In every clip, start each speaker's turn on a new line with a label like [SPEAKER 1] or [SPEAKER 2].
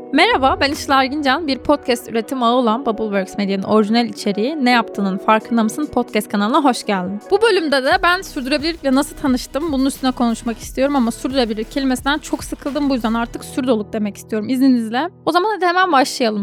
[SPEAKER 1] Merhaba, ben Işıl Ergincan. Bir podcast üretim ağı olan Bubbleworks Medya'nın orijinal içeriği Ne Yaptığının Farkında Mısın podcast kanalına hoş geldin. Bu bölümde de ben sürdürülebilirlikle nasıl tanıştım bunun üstüne konuşmak istiyorum ama sürdürülebilirlik kelimesinden çok sıkıldım, bu yüzden artık sürdoluk demek istiyorum izninizle. O zaman hadi hemen başlayalım.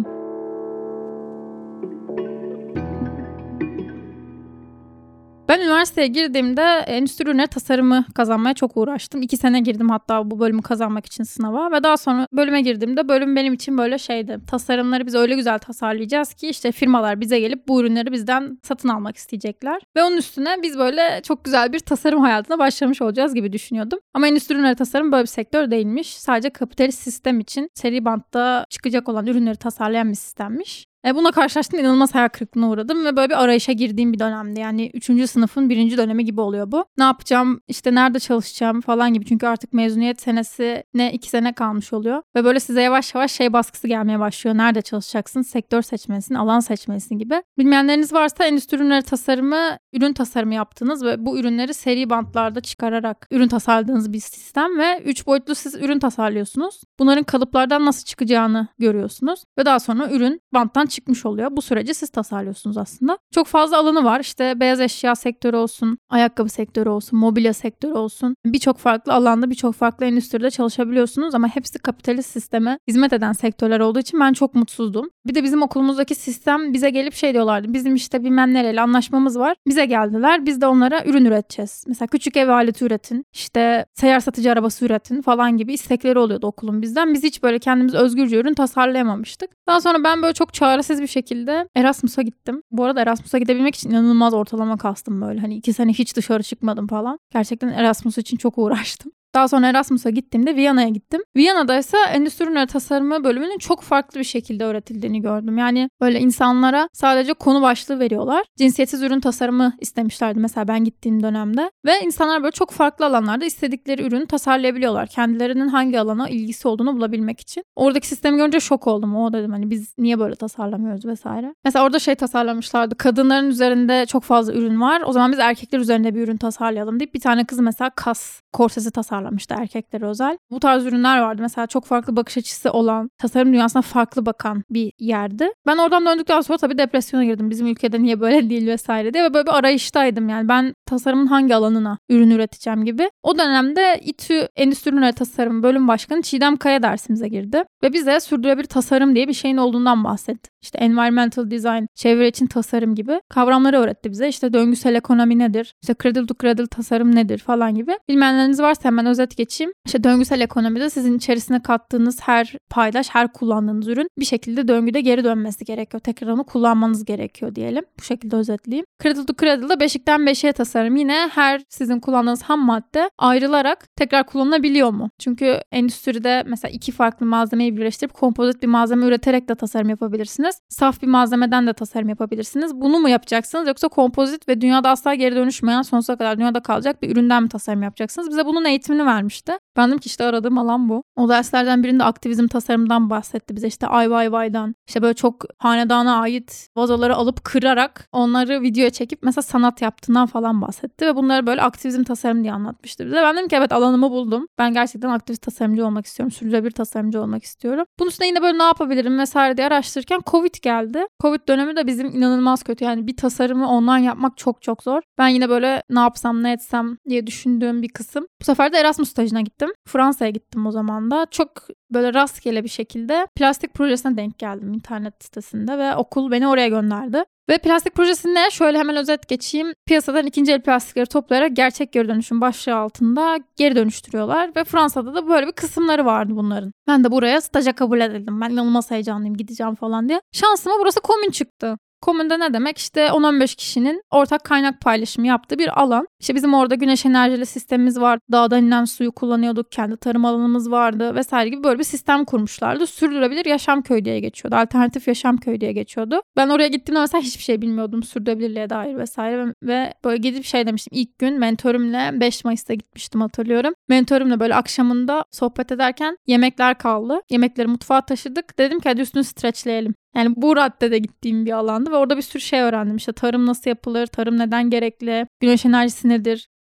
[SPEAKER 1] Ben üniversiteye girdiğimde endüstri ürünleri tasarımı kazanmaya çok uğraştım. 2 sene girdim hatta bu bölümü kazanmak için sınava ve daha sonra bölüme girdiğimde bölüm benim için böyle şeydi. Tasarımları biz öyle güzel tasarlayacağız ki işte firmalar bize gelip bu ürünleri bizden satın almak isteyecekler. Ve onun üstüne biz böyle çok güzel bir tasarım hayatına başlamış olacağız gibi düşünüyordum. Ama endüstri ürünleri tasarım böyle bir sektör değilmiş. Sadece kapitalist sistem için seri bantta çıkacak olan ürünleri tasarlayan bir sistemmiş. Buna karşılaştım, inanılmaz hayal kırıklığına uğradım ve böyle bir arayışa girdiğim bir dönemdi. Yani 3. sınıfın 1. dönemi gibi oluyor bu. Ne yapacağım, işte nerede çalışacağım falan gibi. Çünkü artık mezuniyet senesine 2 sene kalmış oluyor. Ve böyle size yavaş yavaş şey baskısı gelmeye başlıyor. Nerede çalışacaksın, sektör seçmelisin, alan seçmelisin gibi. Bilmeyenleriniz varsa endüstri ürünleri tasarımı, ürün tasarımı yaptığınız ve bu ürünleri seri bantlarda çıkararak ürün tasarladığınız bir sistem ve 3 boyutlu siz ürün tasarlıyorsunuz. Bunların kalıplardan nasıl çıkacağını görüyorsunuz ve daha sonra ürün banttan çıkmış oluyor. Bu süreci siz tasarlıyorsunuz aslında. Çok fazla alanı var. İşte beyaz eşya sektörü olsun, ayakkabı sektörü olsun, mobilya sektörü olsun. Birçok farklı alanda, birçok farklı endüstride çalışabiliyorsunuz ama hepsi kapitalist sisteme hizmet eden sektörler olduğu için ben çok mutsuzdum. Bir de bizim okulumuzdaki sistem bize gelip şey diyorlardı. Bizim işte bilmem nereyle anlaşmamız var. Bize geldiler. Biz de onlara ürün üreteceğiz. Mesela küçük ev aleti üretin, işte seyyar satıcı arabası üretin falan gibi istekleri oluyordu okulun bizden. Biz hiç böyle kendimiz özgürce ürün tasarlayamamıştık. Daha sonra ben böyle çok çaresiz bir şekilde Erasmus'a gittim. Bu arada Erasmus'a gidebilmek için inanılmaz ortalama kastım böyle. Hani 2 sene hiç dışarı çıkmadım falan. Gerçekten Erasmus için çok uğraştım. Daha sonra Erasmus'a gittiğimde Viyana'ya gittim. Viyana'da ise endüstri ürünleri tasarımı bölümünün çok farklı bir şekilde öğretildiğini gördüm. Yani böyle insanlara sadece konu başlığı veriyorlar. Cinsiyetsiz ürün tasarımı istemişlerdi mesela ben gittiğim dönemde. Ve insanlar böyle çok farklı alanlarda istedikleri ürünü tasarlayabiliyorlar. Kendilerinin hangi alana ilgisi olduğunu bulabilmek için. Oradaki sistemi görünce şok oldum. O dedim hani biz niye böyle tasarlamıyoruz vesaire. Mesela orada şey tasarlamışlardı. Kadınların üzerinde çok fazla ürün var. O zaman biz erkekler üzerinde bir ürün tasarlayalım deyip bir tane kız mesela kas korsesi tasarlamıştı erkeklere özel. Bu tarz ürünler vardı. Mesela çok farklı bakış açısı olan, tasarım dünyasına farklı bakan bir yerdi. Ben oradan döndükten sonra tabii depresyona girdim. Bizim ülkede niye böyle değil vesaire diye ve böyle bir arayıştaydım yani. Ben tasarımın hangi alanına ürün üreteceğim gibi. O dönemde İTÜ Endüstri Ürünleri Tasarım Bölüm Başkanı Çiğdem Kaya dersimize girdi. Ve bize sürdürülebilir tasarım diye bir şeyin olduğundan bahsetti. İşte environmental design, çevre için tasarım gibi kavramları öğretti bize. İşte döngüsel ekonomi nedir? İşte cradle to cradle tasarım nedir falan gibi. Bilmeyenleriniz varsa hemen özet geçeyim. İşte döngüsel ekonomide sizin içerisine kattığınız her paydaş, her kullandığınız ürün bir şekilde döngüde geri dönmesi gerekiyor. Tekrar onu kullanmanız gerekiyor diyelim. Bu şekilde özetleyeyim. Cradle to cradle'da beşikten beşiğe tasarım. Yine her sizin kullandığınız ham madde ayrılarak tekrar kullanılabiliyor mu? Çünkü endüstride mesela 2 farklı malzemeyi birleştirip kompozit bir malzeme üreterek de tasarım yapabilirsiniz. Saf bir malzemeden de tasarım yapabilirsiniz. Bunu mu yapacaksınız yoksa kompozit ve dünyada asla geri dönüşmeyen, sonsuza kadar dünyada kalacak bir üründen mi tasarım yapacaksınız? Bize bunun eğitimini vermişti. Ben dedim ki işte aradığım alan bu. O derslerden birinde aktivizm tasarımdan bahsetti bize. İşte IYY'dan. İşte böyle çok hanedana ait vazoları alıp kırarak onları videoya çekip mesela sanat yaptığından falan bahsetti. Ve bunları böyle aktivizm tasarım diye anlatmıştı bize. Ben dedim ki evet, alanımı buldum. Ben gerçekten aktivist tasarımcı olmak istiyorum. Sürdürülebilir tasarımcı olmak istiyorum. Bunun üstüne yine böyle ne yapabilirim vesaire diye araştırırken Covid geldi. Covid dönemi de bizim inanılmaz kötü. Yani bir tasarımı online yapmak çok çok zor. Ben yine böyle ne yapsam ne etsem diye düşündüğüm bir kısım. Bu sefer de Erasmus stajına gittim. Fransa'ya gittim o zaman da. Çok böyle rastgele bir şekilde plastik projesine denk geldim internet sitesinde ve okul beni oraya gönderdi. Ve plastik projesinde şöyle hemen özet geçeyim. Piyasadan ikinci el plastikleri toplayarak gerçek geri dönüşüm başlığı altında geri dönüştürüyorlar. Ve Fransa'da da böyle bir kısımları vardı bunların. Ben de buraya staja kabul edildim. Ben inanılmaz heyecanlıyım, gideceğim falan diye. Şansıma burası komün çıktı. Komünde ne demek? İşte 10-15 kişinin ortak kaynak paylaşımı yaptığı bir alan. İşte bizim orada güneş enerjili sistemimiz var. Dağdan inen suyu kullanıyorduk. Kendi tarım alanımız vardı vesaire gibi böyle bir sistem kurmuşlardı. Sürdürülebilir yaşam köyü diye geçiyordu. Alternatif yaşam köyü diye geçiyordu. Ben oraya gittiğimde mesela hiçbir şey bilmiyordum sürdürülebilirliğe dair vesaire. Ve böyle gidip şey demiştim. İlk gün mentörümle 5 Mayıs'ta gitmiştim, hatırlıyorum. Mentörümle böyle akşamında sohbet ederken yemekler kaldı. Yemekleri mutfağa taşıdık. Dedim ki hadi üstünü streçleyelim. Yani bu raddede gittiğim bir alandı ve orada bir sürü şey öğrendim. İşte tarım nasıl yapılır, tarım neden gerekli, güneş enerjisi nedir,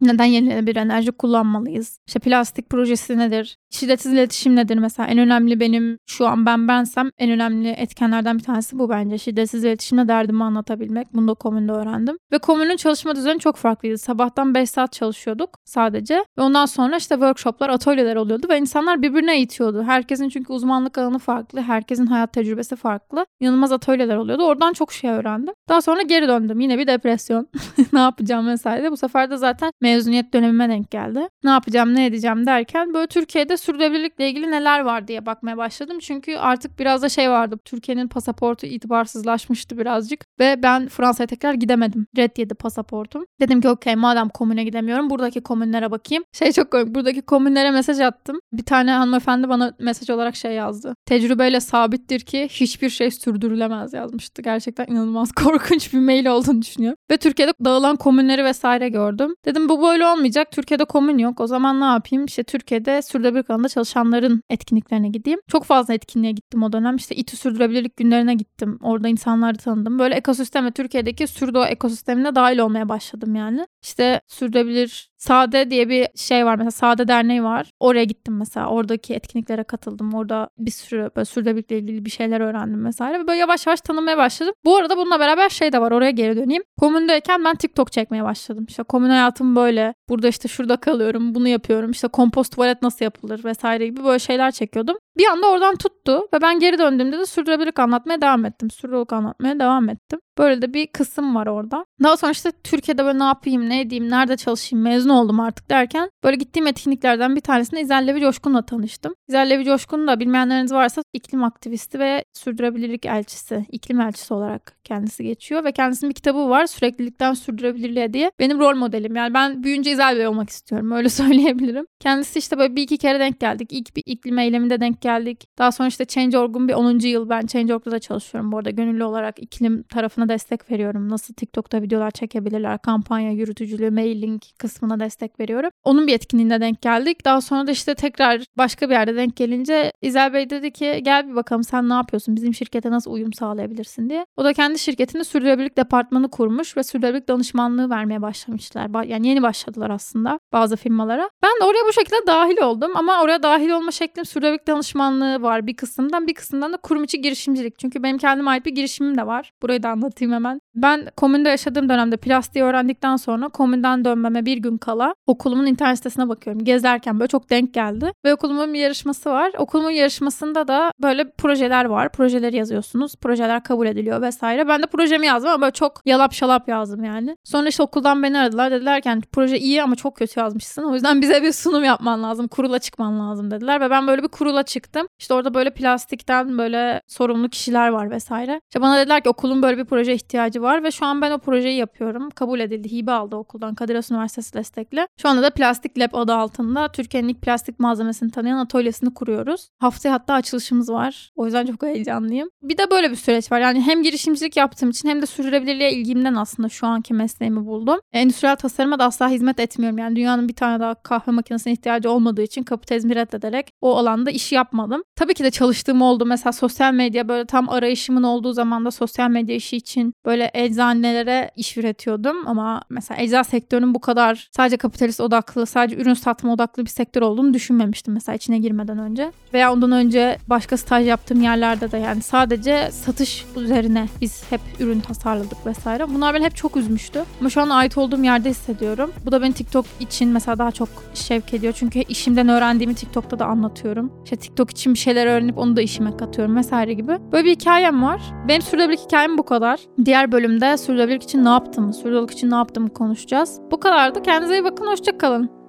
[SPEAKER 1] Neden yenilenebilir enerji kullanmalıyız? İşte plastik projesi nedir? Şiddetsiz iletişim nedir mesela? En önemli benim şu an bensem en önemli etkenlerden bir tanesi bu bence. Şiddetsiz iletişimle derdimi anlatabilmek. Bunu da komünde öğrendim. Ve komünün çalışma düzeni çok farklıydı. Sabahtan 5 saat çalışıyorduk sadece. Ve ondan sonra işte workshoplar, atölyeler oluyordu ve insanlar birbirine eğitiyordu. Herkesin çünkü uzmanlık alanı farklı. Herkesin hayat tecrübesi farklı. İnanılmaz atölyeler oluyordu. Oradan çok şey öğrendim. Daha sonra geri döndüm. Yine bir depresyon. Ne yapacağım vesaire. Bu sefer de zaten mezuniyet dönemime denk geldi. Ne yapacağım, ne edeceğim derken böyle Türkiye'de sürdürülebilirlikle ilgili neler var diye bakmaya başladım. Çünkü artık biraz da şey vardı. Türkiye'nin pasaportu itibarsızlaşmıştı birazcık. Ve ben Fransa'ya tekrar gidemedim. Red yedi pasaportum. Dedim ki okey, madem komüne gidemiyorum buradaki komünlere bakayım. Çok komik. Buradaki komünlere mesaj attım. Bir tane hanımefendi bana mesaj olarak yazdı. Tecrübeyle sabittir ki hiçbir şey sürdürülemez yazmıştı. Gerçekten inanılmaz korkunç bir mail olduğunu düşünüyorum. Ve Türkiye'de dağılan komünleri vesaire gördüm. Dedim bu böyle olmayacak. Türkiye'de komün yok. O zaman ne yapayım? Türkiye'de sürdürülebilirlik alanında çalışanların etkinliklerine gideyim. Çok fazla etkinliğe gittim o dönem. İTÜ sürdürülebilirlik günlerine gittim. Orada insanları tanıdım. Böyle ekosisteme, Türkiye'deki sürdüğü ekosistemine dahil olmaya başladım yani. Sürdürülebilir Sade diye bir şey var mesela, Sade Derneği var. Oraya gittim mesela. Oradaki etkinliklere katıldım. Orada bir sürü böyle sürdürülebilirlikle ilgili bir şeyler öğrendim vesaire. Ve böyle yavaş yavaş tanımaya başladım. Bu arada bununla beraber de var. Oraya geri döneyim. Komündeyken ben TikTok çekmeye başladım. Komün hayatım böyle. Burada şurada kalıyorum. Bunu yapıyorum. Kompost tuvalet nasıl yapılır vesaire gibi böyle şeyler çekiyordum. Bir anda oradan tuttu ve ben geri döndüğümde de sürdürülebilirlik anlatmaya devam ettim. Sürdürülebilirlik anlatmaya devam ettim. Böyle de bir kısım var orada. Daha sonra Türkiye'de böyle ne yapayım, ne edeyim, nerede çalışayım, mezun oldum artık derken böyle gittiğim etkinliklerden bir tanesinde İzel Levi Coşkun'la tanıştım. İzel Levi Coşkun da bilmeyenleriniz varsa iklim aktivisti ve sürdürülebilirlik elçisi, iklim elçisi olarak kendisi geçiyor ve kendisinin bir kitabı var, Süreklilikten Sürdürülebilirliğe diye. Benim rol modelim. Yani ben büyüyünce İzel Bey olmak istiyorum. Öyle söyleyebilirim. Kendisi böyle bir iki kere denk geldik. İlk bir iklim eyleminde denk geldik. Daha sonra Change.org'un bir 10. yıl. Ben Change.org'da da çalışıyorum bu arada. Gönüllü olarak iklim tarafına destek veriyorum. Nasıl TikTok'ta videolar çekebilirler, kampanya yürütücülüğü, mailing kısmına destek veriyorum. Onun bir etkinliğine denk geldik. Daha sonra da tekrar başka bir yerde denk gelince İzel Bey dedi ki gel bir bakalım sen ne yapıyorsun? Bizim şirkete nasıl uyum sağlayabilirsin diye. O da kendi şirketinde sürdürülebilirlik departmanı kurmuş ve sürdürülebilirlik danışmanlığı vermeye başlamışlar. Yani yeni başladılar aslında bazı firmalara. Ben de oraya bu şekilde dahil oldum ama oraya dahil olma şeklim sürdürülebilirlik danışmanlığı var bir kısımdan da kurum içi girişimcilik. Çünkü benim kendime ait bir girişimim de var. Burayı da anlatayım hemen. Ben komünde yaşadığım dönemde plastiği öğrendikten sonra komünden dönmeme bir gün kala okulumun internet sitesine bakıyorum. Gezerken böyle çok denk geldi. Ve okulumun bir yarışması var. Okulumun yarışmasında da böyle projeler var. Projeleri yazıyorsunuz. Projeler kabul ediliyor vesaire. Ben de projemi yazdım ama böyle çok yalap şalap yazdım yani. Sonra okuldan beni aradılar. Dediler ki proje iyi ama çok kötü yazmışsın. O yüzden bize bir sunum yapman lazım. Kurula çıkman lazım dediler. Ve ben böyle bir kurula çıktım. Orada böyle plastikten böyle sorumlu kişiler var vesaire. Bana dediler ki okulun böyle bir proje ihtiyacı var ve şu an ben o projeyi yapıyorum. Kabul edildi. Hibe aldı okuldan. Kadir Has Üniversitesi destekli. Şu anda da Plastik Lab adı altında Türkiye'nin ilk plastik malzemesini tanıyan atölyesini kuruyoruz. Haftaya hatta açılışımız var. O yüzden çok heyecanlıyım. Bir de böyle bir süreç var. Yani hem girişimcilik yaptığım için hem de sürdürülebilirliğe ilgimden aslında şu anki mesleğimi buldum. Endüstriyel tasarıma da asla hizmet etmiyorum. Yani dünyanın bir tane daha kahve makinesine ihtiyacı olmadığı için kapitalizmi reddederek o alanda işi yapmadım. Tabii ki de çalıştığım oldu. Mesela sosyal medya böyle tam arayışımın olduğu zaman da sosyal medya işi için böyle eczanelere iş üretiyordum. Ama mesela eczacı sektörünün bu kadar sadece kapitalist odaklı, sadece ürün satma odaklı bir sektör olduğunu düşünmemiştim mesela içine girmeden önce. Veya ondan önce başka staj yaptığım yerlerde de yani sadece satış üzerine biz hep ürün tasarladık vesaire. Bunlar beni hep çok üzmüştü. Ama şu an ait olduğum yerde hissediyorum. Bu da beni TikTok için mesela daha çok şevk ediyor. Çünkü işimden öğrendiğimi TikTok'ta da anlatıyorum. TikTok için bir şeyler öğrenip onu da işime katıyorum vesaire gibi. Böyle bir hikayem var. Benim sürdürülebilirlik hikayem bu kadar. Diğer bölümde sürdürülebilirlik için ne yaptığımı konuşacağız. Bu kadardı. Kendinize iyi bakın. Hoşça kalın.